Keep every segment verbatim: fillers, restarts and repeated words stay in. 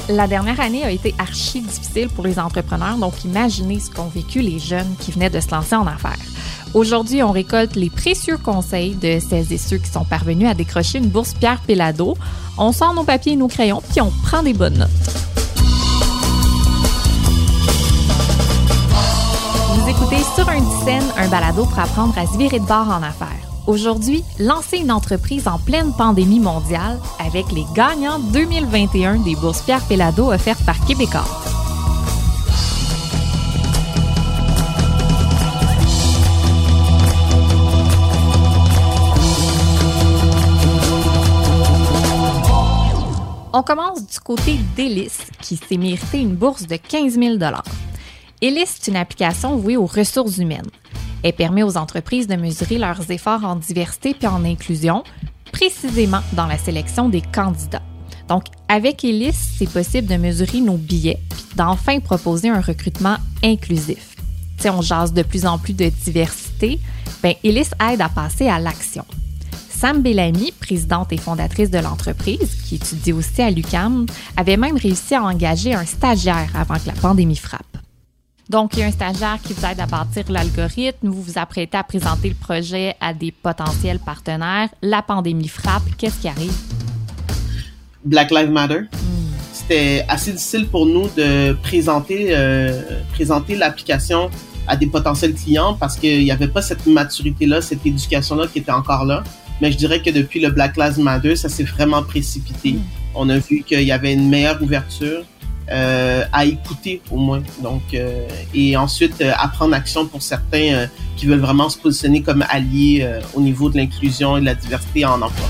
La dernière année a été archi difficile pour les entrepreneurs, donc imaginez ce qu'ont vécu les jeunes qui venaient de se lancer en affaires. Aujourd'hui, on récolte les précieux conseils de celles et ceux qui sont parvenus à décrocher une bourse Pierre Péladeau. On sort nos papiers et nos crayons, puis on prend des bonnes notes. Vous écoutez Sur un dix cents, un balado pour apprendre à se virer de bord en affaires. Aujourd'hui, lancer une entreprise en pleine pandémie mondiale avec les gagnants deux mille vingt et un des bourses Pierre Péladeau offertes par Québecor. On commence du côté d'Elis, qui s'est mérité une bourse de quinze mille dollars. Elis, c'est une application vouée aux ressources humaines. Elle permet aux entreprises de mesurer leurs efforts en diversité puis en inclusion, précisément dans la sélection des candidats. Donc, avec Elis, c'est possible de mesurer nos billets puis d'enfin proposer un recrutement inclusif. Si on jase de plus en plus de diversité, bien, Elis aide à passer à l'action. Sam Bellamy, présidente et fondatrice de l'entreprise, qui étudie aussi à l'U Q A M, avait même réussi à engager un stagiaire avant que la pandémie frappe. Donc, il y a un stagiaire qui vous aide à bâtir l'algorithme, vous vous apprêtez à présenter le projet à des potentiels partenaires. La pandémie frappe, qu'est-ce qui arrive? Black Lives Matter. Mm. C'était assez difficile pour nous de présenter, euh, présenter l'application à des potentiels clients parce qu'il n'y avait pas cette maturité-là, cette éducation-là qui était encore là. Mais je dirais que depuis le Black Lives Matter, ça s'est vraiment précipité. Mm. On a vu qu'il y avait une meilleure ouverture. Euh, à écouter au moins, donc euh, et ensuite euh, à prendre action pour certains euh, qui veulent vraiment se positionner comme alliés euh, au niveau de l'inclusion et de la diversité en emploi.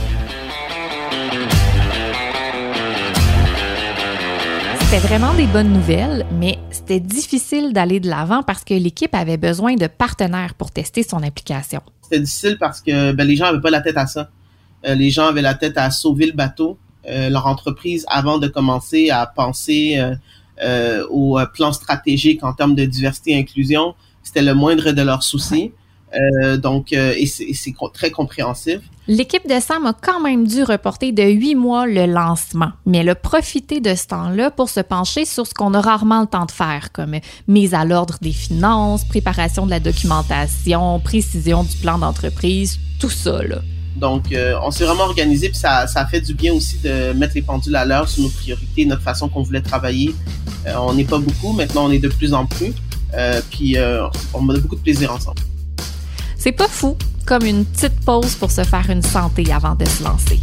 C'était vraiment des bonnes nouvelles, mais c'était difficile d'aller de l'avant parce que l'équipe avait besoin de partenaires pour tester son application. C'était difficile parce que ben, les gens n'avaient pas la tête à ça. Euh, les gens avaient la tête à sauver le bateau. Euh, leur entreprise avant de commencer à penser euh, euh, au plan stratégique en termes de diversité et inclusion. C'était le moindre de leurs soucis. Euh, donc, euh, et c'est, et c'est très compréhensif. L'équipe de Sam a quand même dû reporter de huit mois le lancement, mais elle a profité de ce temps-là pour se pencher sur ce qu'on a rarement le temps de faire, comme mise à l'ordre des finances, préparation de la documentation, précision du plan d'entreprise, tout ça, là. Donc, euh, on s'est vraiment organisé, puis ça, ça a fait du bien aussi de mettre les pendules à l'heure sur nos priorités, notre façon qu'on voulait travailler. Euh, on n'est pas beaucoup, maintenant on est de plus en plus, euh, puis euh, on a beaucoup de plaisir ensemble. C'est pas fou, comme une petite pause pour se faire une santé avant de se lancer.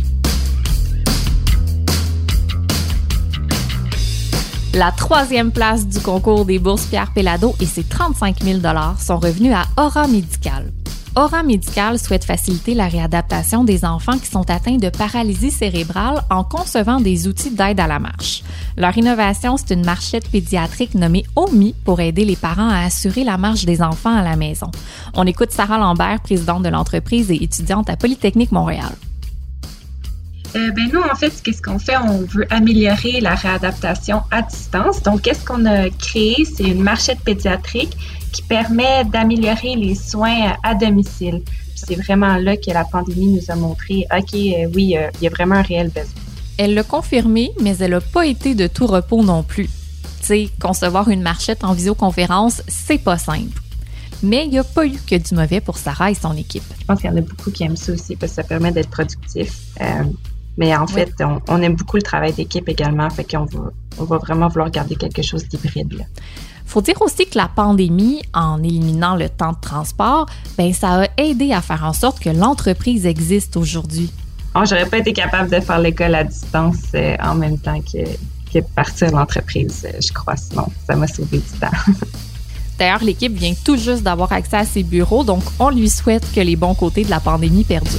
La troisième place du concours des bourses Pierre Péladeau et ses trente-cinq mille dollars sont revenus à Aura Médical. Aura Médical souhaite faciliter la réadaptation des enfants qui sont atteints de paralysie cérébrale en concevant des outils d'aide à la marche. Leur innovation, c'est une marchette pédiatrique nommée Omi pour aider les parents à assurer la marche des enfants à la maison. On écoute Sarah Lambert, présidente de l'entreprise et étudiante à Polytechnique Montréal. Euh, ben nous, en fait, qu'est-ce qu'on fait? On veut améliorer la réadaptation à distance. Donc, qu'est-ce qu'on a créé? C'est une marchette pédiatrique qui permet d'améliorer les soins à domicile. Puis c'est vraiment là que la pandémie nous a montré, OK, euh, oui, euh, il y a vraiment un réel besoin. Elle l'a confirmé, mais elle n'a pas été de tout repos non plus. Tu sais, concevoir une marchette en visioconférence, c'est pas simple. Mais il n'y a pas eu que du mauvais pour Sarah et son équipe. Je pense qu'il y en a beaucoup qui aiment ça aussi parce que ça permet d'être productif. Euh, mais en fait, oui. on, on aime beaucoup le travail d'équipe également, fait qu'on va, on va vraiment vouloir garder quelque chose d'hybride, là. Faut dire aussi que la pandémie, en éliminant le temps de transport, ben ça a aidé à faire en sorte que l'entreprise existe aujourd'hui. Oh, j'aurais pas été capable de faire l'école à distance euh, en même temps que, que partir l'entreprise, euh, je crois. Sinon, ça m'a sauvé du temps. D'ailleurs, l'équipe vient tout juste d'avoir accès à ses bureaux, donc on lui souhaite que les bons côtés de la pandémie perdurent.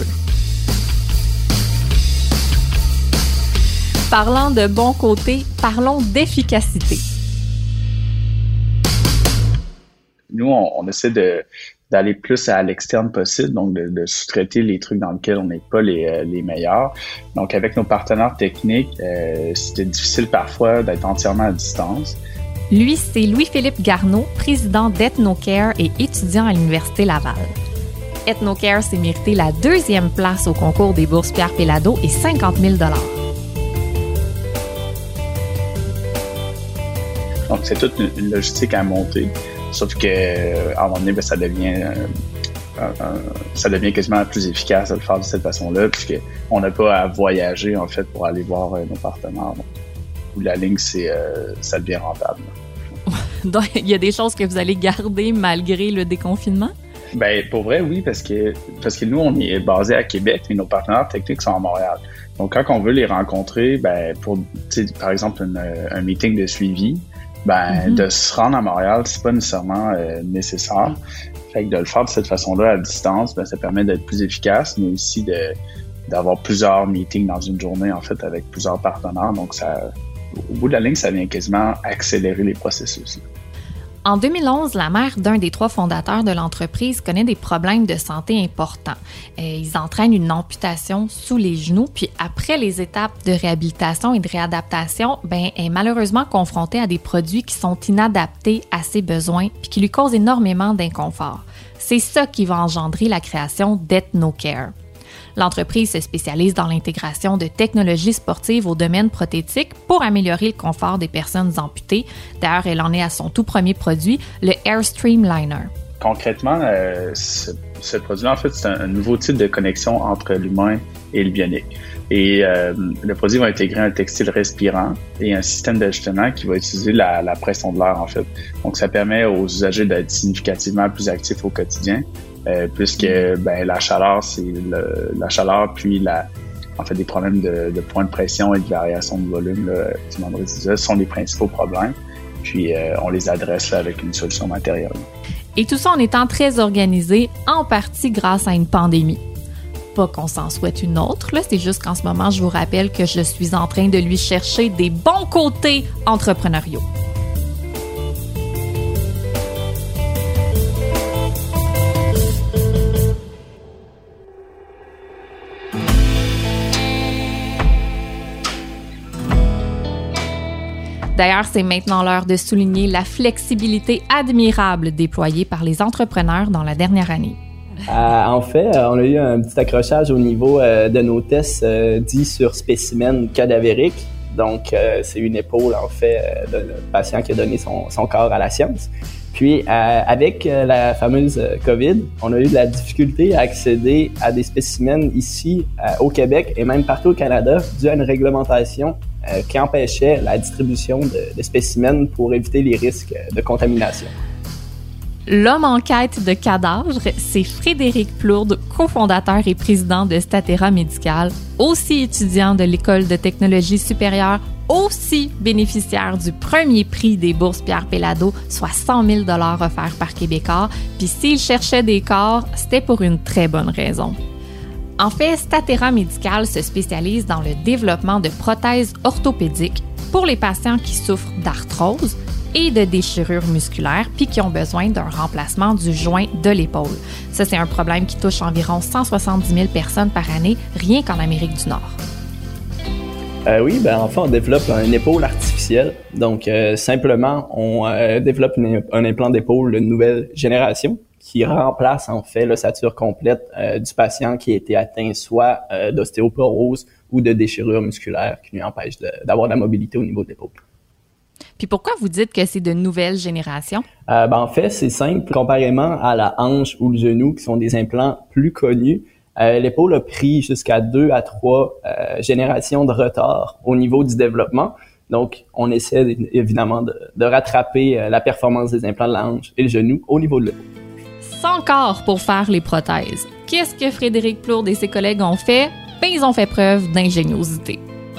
Parlant de bons côtés, parlons d'efficacité. Nous, on, on essaie de, d'aller plus à l'externe possible, donc de, de sous-traiter les trucs dans lesquels on n'est pas les, euh, les meilleurs. Donc, avec nos partenaires techniques, euh, c'était difficile parfois d'être entièrement à distance. Lui, c'est Louis-Philippe Garneau, président d'EthnoCare et étudiant à l'Université Laval. EthnoCare s'est mérité la deuxième place au concours des bourses Pierre Péladeau et cinquante mille dollars. Donc, c'est toute une, une logistique à monter. Sauf que, euh, à un moment donné, ben, ça devient... Euh, Euh, euh, ça devient quasiment plus efficace de le faire de cette façon-là, puisqu'on n'a pas à voyager, en fait, pour aller voir euh, nos partenaires. Donc, où la ligne, c'est, euh, ça devient rentable. Donc, il y a des choses que vous allez garder malgré le déconfinement? Ben, pour vrai, oui, parce que, parce que nous, on est basé à Québec et nos partenaires techniques sont à Montréal. Donc, quand on veut les rencontrer, ben, pour, tu sais, par exemple, une, un meeting de suivi, ben, mm-hmm. de se rendre à Montréal, c'est pas nécessairement euh, nécessaire. Fait que de le faire de cette façon-là à distance, ben, ça permet d'être plus efficace, mais aussi de, d'avoir plusieurs meetings dans une journée, en fait, avec plusieurs partenaires. Donc, ça, au bout de la ligne, ça vient quasiment accélérer les processus. En deux mille onze, la mère d'un des trois fondateurs de l'entreprise connaît des problèmes de santé importants. Et ils entraînent une amputation sous les genoux, puis après les étapes de réhabilitation et de réadaptation, ben, elle est malheureusement confrontée à des produits qui sont inadaptés à ses besoins puis qui lui causent énormément d'inconfort. C'est ça qui va engendrer la création d'EthnoCare. L'entreprise se spécialise dans l'intégration de technologies sportives au domaine prothétique pour améliorer le confort des personnes amputées. D'ailleurs, elle en est à son tout premier produit, le Airstream Liner. Concrètement, euh, ce, ce produit, en fait, c'est un, un nouveau type de connexion entre l'humain et le bionique. Et euh, le produit va intégrer un textile respirant et un système d'ajustement qui va utiliser la, la pression de l'air, en fait. Donc, ça permet aux usagers d'être significativement plus actifs au quotidien. Euh, puisque ben, la chaleur, c'est le, la chaleur, puis la, en fait, des problèmes de, de point de pression et de variation de volume, là, tu m'en disais, sont les principaux problèmes. Puis euh, on les adresse là, avec une solution matérielle. Et tout ça en étant très organisé, en partie grâce à une pandémie. Pas qu'on s'en souhaite une autre, là, c'est juste qu'en ce moment, je vous rappelle que je suis en train de lui chercher des bons côtés entrepreneuriaux. D'ailleurs, c'est maintenant l'heure de souligner la flexibilité admirable déployée par les entrepreneurs dans la dernière année. Euh, en fait, on a eu un petit accrochage au niveau euh, de nos tests euh, dits sur spécimen cadavérique. Donc, euh, c'est une épaule, en fait, euh, de notre patient qui a donné son, son corps à la science. Puis, euh, avec euh, la fameuse euh, COVID, on a eu de la difficulté à accéder à des spécimens ici euh, au Québec et même partout au Canada dû à une réglementation euh, qui empêchait la distribution de, de spécimens pour éviter les risques de contamination. L'homme en quête de cadavres, c'est Frédéric Plourde, cofondateur et président de Statera Médical, aussi étudiant de l'École de technologie supérieure, aussi bénéficiaire du premier prix des bourses Pierre Péladeau, soit cent mille dollars offerts par Québécois. Puis s'il cherchait des corps, c'était pour une très bonne raison. En fait, Statera Médical se spécialise dans le développement de prothèses orthopédiques pour les patients qui souffrent d'arthrose et de déchirures musculaires puis qui ont besoin d'un remplacement du joint de l'épaule. Ça, c'est un problème qui touche environ cent soixante-dix mille personnes par année, rien qu'en Amérique du Nord. Euh, oui, ben en fait, on développe un épaule artificielle. Donc, euh, simplement, on euh, développe une, un implant d'épaule de nouvelle génération qui remplace en fait l'ossature complète euh, du patient qui a été atteint soit euh, d'ostéoporose ou de déchirure musculaire qui lui empêche de, d'avoir de la mobilité au niveau de l'épaule. Puis pourquoi vous dites que c'est de nouvelle génération? Euh, ben en fait, c'est simple. Comparément à la hanche ou le genou, qui sont des implants plus connus, euh, l'épaule a pris jusqu'à deux à trois euh, générations de retard au niveau du développement. Donc, on essaie évidemment de, de rattraper euh, la performance des implants de la hanche et le genou au niveau de l'épaule. Sans corps pour faire les prothèses. Qu'est-ce que Frédéric Plourde et ses collègues ont fait? Ben, ils ont fait preuve d'ingéniosité.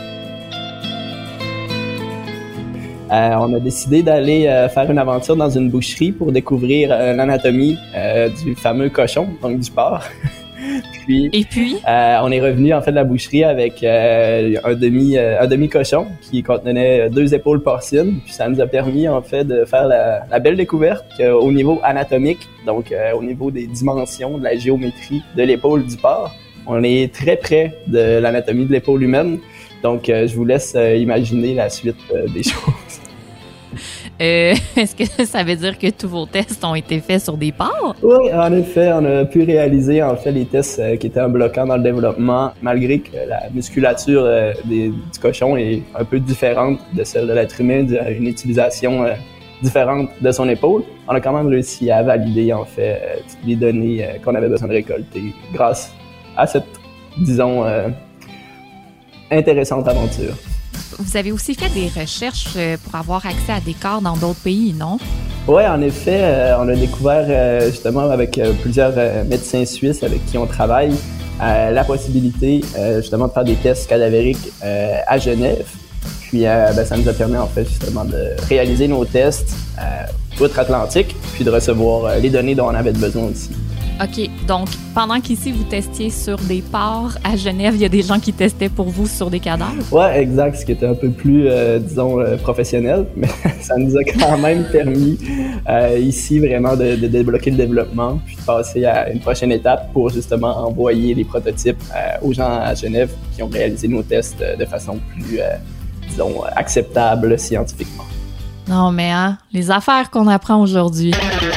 Euh, on a décidé d'aller euh, faire une aventure dans une boucherie pour découvrir euh, l'anatomie euh, du fameux cochon, donc du porc. puis, Et puis, euh, on est revenu en fait de la boucherie avec euh, un demi euh, un demi cochon qui contenait deux épaules porcines. Puis ça nous a permis en fait de faire la, la belle découverte qu'au niveau anatomique, donc euh, au niveau des dimensions, de la géométrie de l'épaule du porc, on est très près de l'anatomie de l'épaule humaine. Donc, euh, je vous laisse euh, imaginer la suite euh, des choses. Euh, est-ce que ça veut dire que tous vos tests ont été faits sur des porcs? Oui, en effet, on a pu réaliser en fait les tests euh, qui étaient un bloquant dans le développement, malgré que la musculature euh, des, du cochon est un peu différente de celle de l'être humain, une utilisation euh, différente de son épaule. On a quand même réussi à valider en fait euh, toutes les données euh, qu'on avait besoin de récolter grâce à cette, disons, euh, intéressante aventure. Vous avez aussi fait des recherches pour avoir accès à des corps dans d'autres pays, non? Oui, en effet, euh, on a découvert euh, justement avec euh, plusieurs euh, médecins suisses avec qui on travaille euh, la possibilité euh, justement de faire des tests cadavériques euh, à Genève. Puis euh, ben, ça nous a permis en fait justement de réaliser nos tests euh, outre-Atlantique, puis de recevoir euh, les données dont on avait besoin aussi. OK, donc pendant qu'ici vous testiez sur des porcs, à Genève, il y a des gens qui testaient pour vous sur des cadavres? Ouais, exact, ce qui était un peu plus, euh, disons, euh, professionnel, mais ça nous a quand même permis euh, ici vraiment de, de débloquer le développement, puis de passer à une prochaine étape pour justement envoyer les prototypes euh, aux gens à Genève qui ont réalisé nos tests euh, de façon plus, euh, disons, acceptable scientifiquement. Non, mais hein, les affaires qu'on apprend aujourd'hui.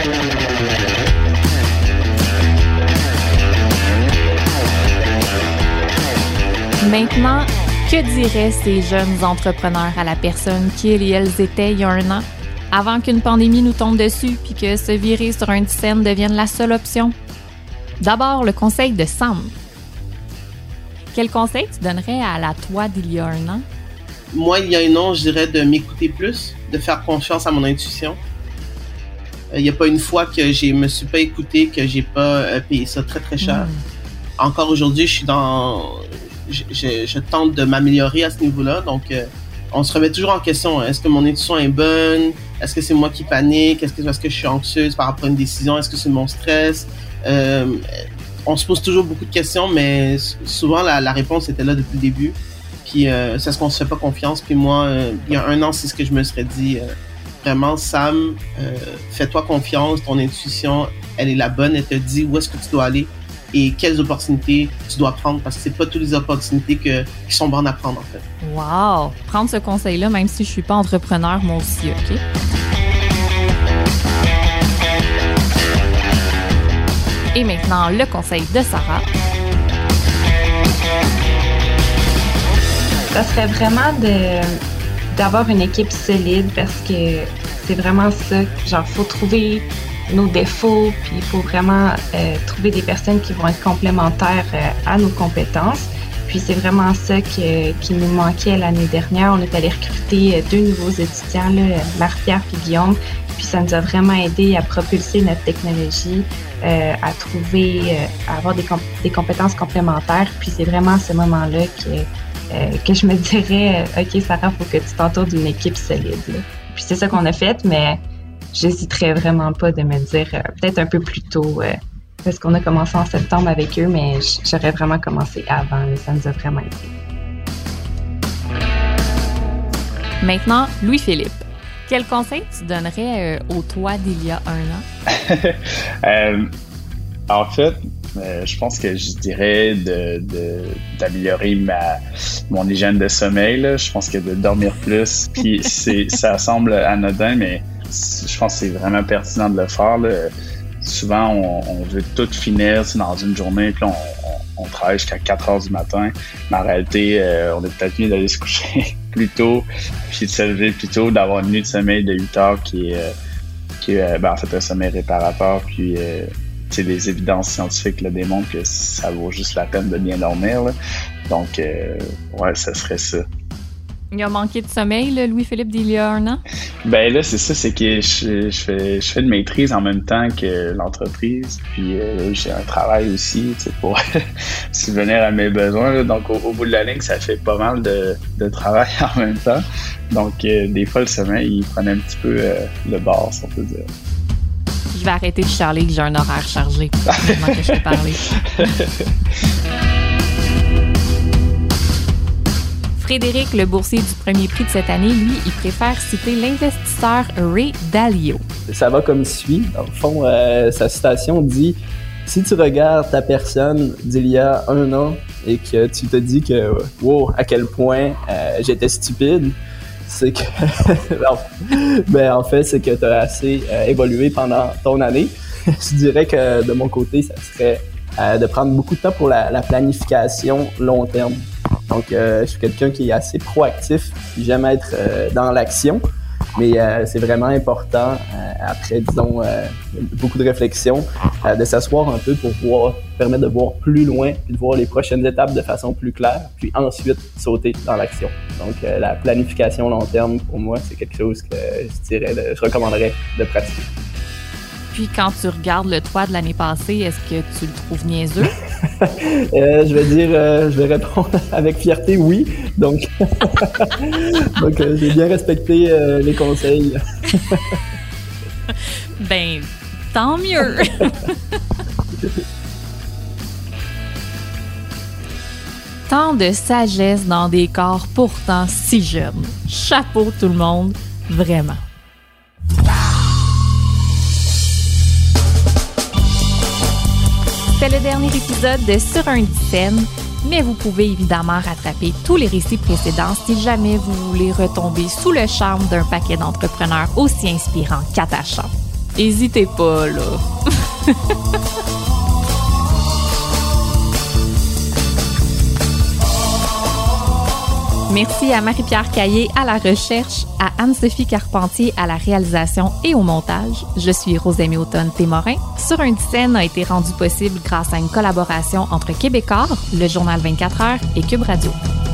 Maintenant, que diraient ces jeunes entrepreneurs à la personne qu'ils et elles étaient il y a un an, avant qu'une pandémie nous tombe dessus puis que se virer sur un scène devienne la seule option? D'abord, le conseil de Sam. Quel conseil tu donnerais à la toi d'il y a un an? Moi, il y a un an, je dirais de m'écouter plus, de faire confiance à mon intuition. Il n'y a pas une fois que je me suis pas écouté, que j'ai pas payé ça très, très cher. Mm. Encore aujourd'hui, je suis dans... Je, je, je tente de m'améliorer à ce niveau-là, donc euh, on se remet toujours en question. Est-ce que mon intuition est bonne? Est-ce que c'est moi qui panique? Est-ce que parce que je suis anxieuse par rapport à une décision? Est-ce que c'est mon stress? Euh, on se pose toujours beaucoup de questions, mais souvent la, la réponse était là depuis le début. Puis euh, c'est ce qu'on se fait pas confiance. Puis moi, euh, il y a un an, c'est ce que je me serais dit. Euh, vraiment, Sam, euh, fais-toi confiance. Ton intuition, elle est la bonne. Elle te dit où est-ce que tu dois aller et quelles opportunités tu dois prendre, parce que c'est pas toutes les opportunités que, qui sont bonnes à prendre, en fait. Wow! Prendre ce conseil-là, même si je suis pas entrepreneur, moi aussi, OK? Et maintenant, le conseil de Sarah. Ça serait vraiment de, d'avoir une équipe solide, parce que c'est vraiment ça. Genre, faut trouver nos défauts, puis il faut vraiment euh, trouver des personnes qui vont être complémentaires euh, à nos compétences. Puis c'est vraiment ça que, qui nous manquait l'année dernière. On est allé recruter deux nouveaux étudiants, là, Marie-Pierre et Guillaume, puis ça nous a vraiment aidé à propulser notre technologie, euh, à trouver, euh, à avoir des, comp- des compétences complémentaires. Puis c'est vraiment à ce moment-là que, euh, que je me dirais « Ok, Sarah, il faut que tu t'entoures d'une équipe solide. » Puis c'est ça qu'on a fait, mais j'hésiterais vraiment pas de me dire euh, peut-être un peu plus tôt, euh, parce qu'on a commencé en septembre avec eux, mais j'aurais vraiment commencé avant, et ça nous a vraiment aidé. Maintenant, Louis-Philippe, quel conseil tu donnerais euh, au toi d'il y a un an? euh, en fait, euh, je pense que je dirais de, de, d'améliorer ma, mon hygiène de sommeil, là. Je pense que de dormir plus, puis c'est, ça semble anodin, mais je pense que c'est vraiment pertinent de le faire, là. Souvent, on, on veut tout finir dans une journée, puis là, on, on, on travaille jusqu'à quatre heures du matin. Mais en réalité, euh, on est peut-être mieux d'aller se coucher plus tôt, puis de se lever plus tôt, d'avoir une nuit de sommeil de huit heures qui est, euh, qui est euh, ben, en fait un sommeil réparateur. Puis, euh, les évidences scientifiques le démontrent que ça vaut juste la peine de bien dormir, là. Donc, euh, ouais, ça serait ça. Il a manqué de sommeil, là, Louis-Philippe, d'il y a un an? Ben là, c'est ça, c'est que je, je, fais, je fais une maîtrise en même temps que l'entreprise, puis euh, j'ai un travail aussi, tu sais, pour subvenir à mes besoins, là. Donc, au, au bout de la ligne, ça fait pas mal de, de travail en même temps. Donc, euh, des fois, le sommeil, il prenait un petit peu euh, le bord, si on peut dire. Je vais arrêter de charler que j'ai un horaire chargé, maintenant que je t'ai parlé. Frédéric, le boursier du premier prix de cette année, lui, il préfère citer l'investisseur Ray Dalio. Ça va comme suit. Dans le fond, euh, sa citation dit « Si tu regardes ta personne d'il y a un an et que tu te dis que, wow, à quel point euh, j'étais stupide, c'est que... non. Ben, en fait, c'est que tu as assez euh, évolué pendant ton année. Je dirais que de mon côté, ça serait euh, de prendre beaucoup de temps pour la, la planification long terme. Donc, euh, je suis quelqu'un qui est assez proactif, puis j'aime être euh, dans l'action. Mais euh, c'est vraiment important, euh, après, disons, euh, beaucoup de réflexion, euh, de s'asseoir un peu pour pouvoir permettre de voir plus loin puis de voir les prochaines étapes de façon plus claire, puis ensuite sauter dans l'action. Donc, euh, la planification long terme, pour moi, c'est quelque chose que je dirais, de, je recommanderais de pratiquer. Puis, quand tu regardes le toit de l'année passée, est-ce que tu le trouves niaiseux? euh, je vais dire, euh, je vais répondre avec fierté, oui. Donc, donc euh, j'ai bien respecté euh, les conseils. Ben, tant mieux! Tant de sagesse dans des corps pourtant si jeunes. Chapeau tout le monde, vraiment. C'est le dernier épisode de Sur un dixaine, mais vous pouvez évidemment rattraper tous les récits précédents si jamais vous voulez retomber sous le charme d'un paquet d'entrepreneurs aussi inspirants qu'attachants. N'hésitez pas, là! Merci à Marie-Pierre Caillé à la recherche, à Anne-Sophie Carpentier à la réalisation et au montage. Je suis Rosemée Automne-Témorin. Sur un dixaine a été rendu possible grâce à une collaboration entre Québecor, le Journal vingt-quatre heures et Cube Radio.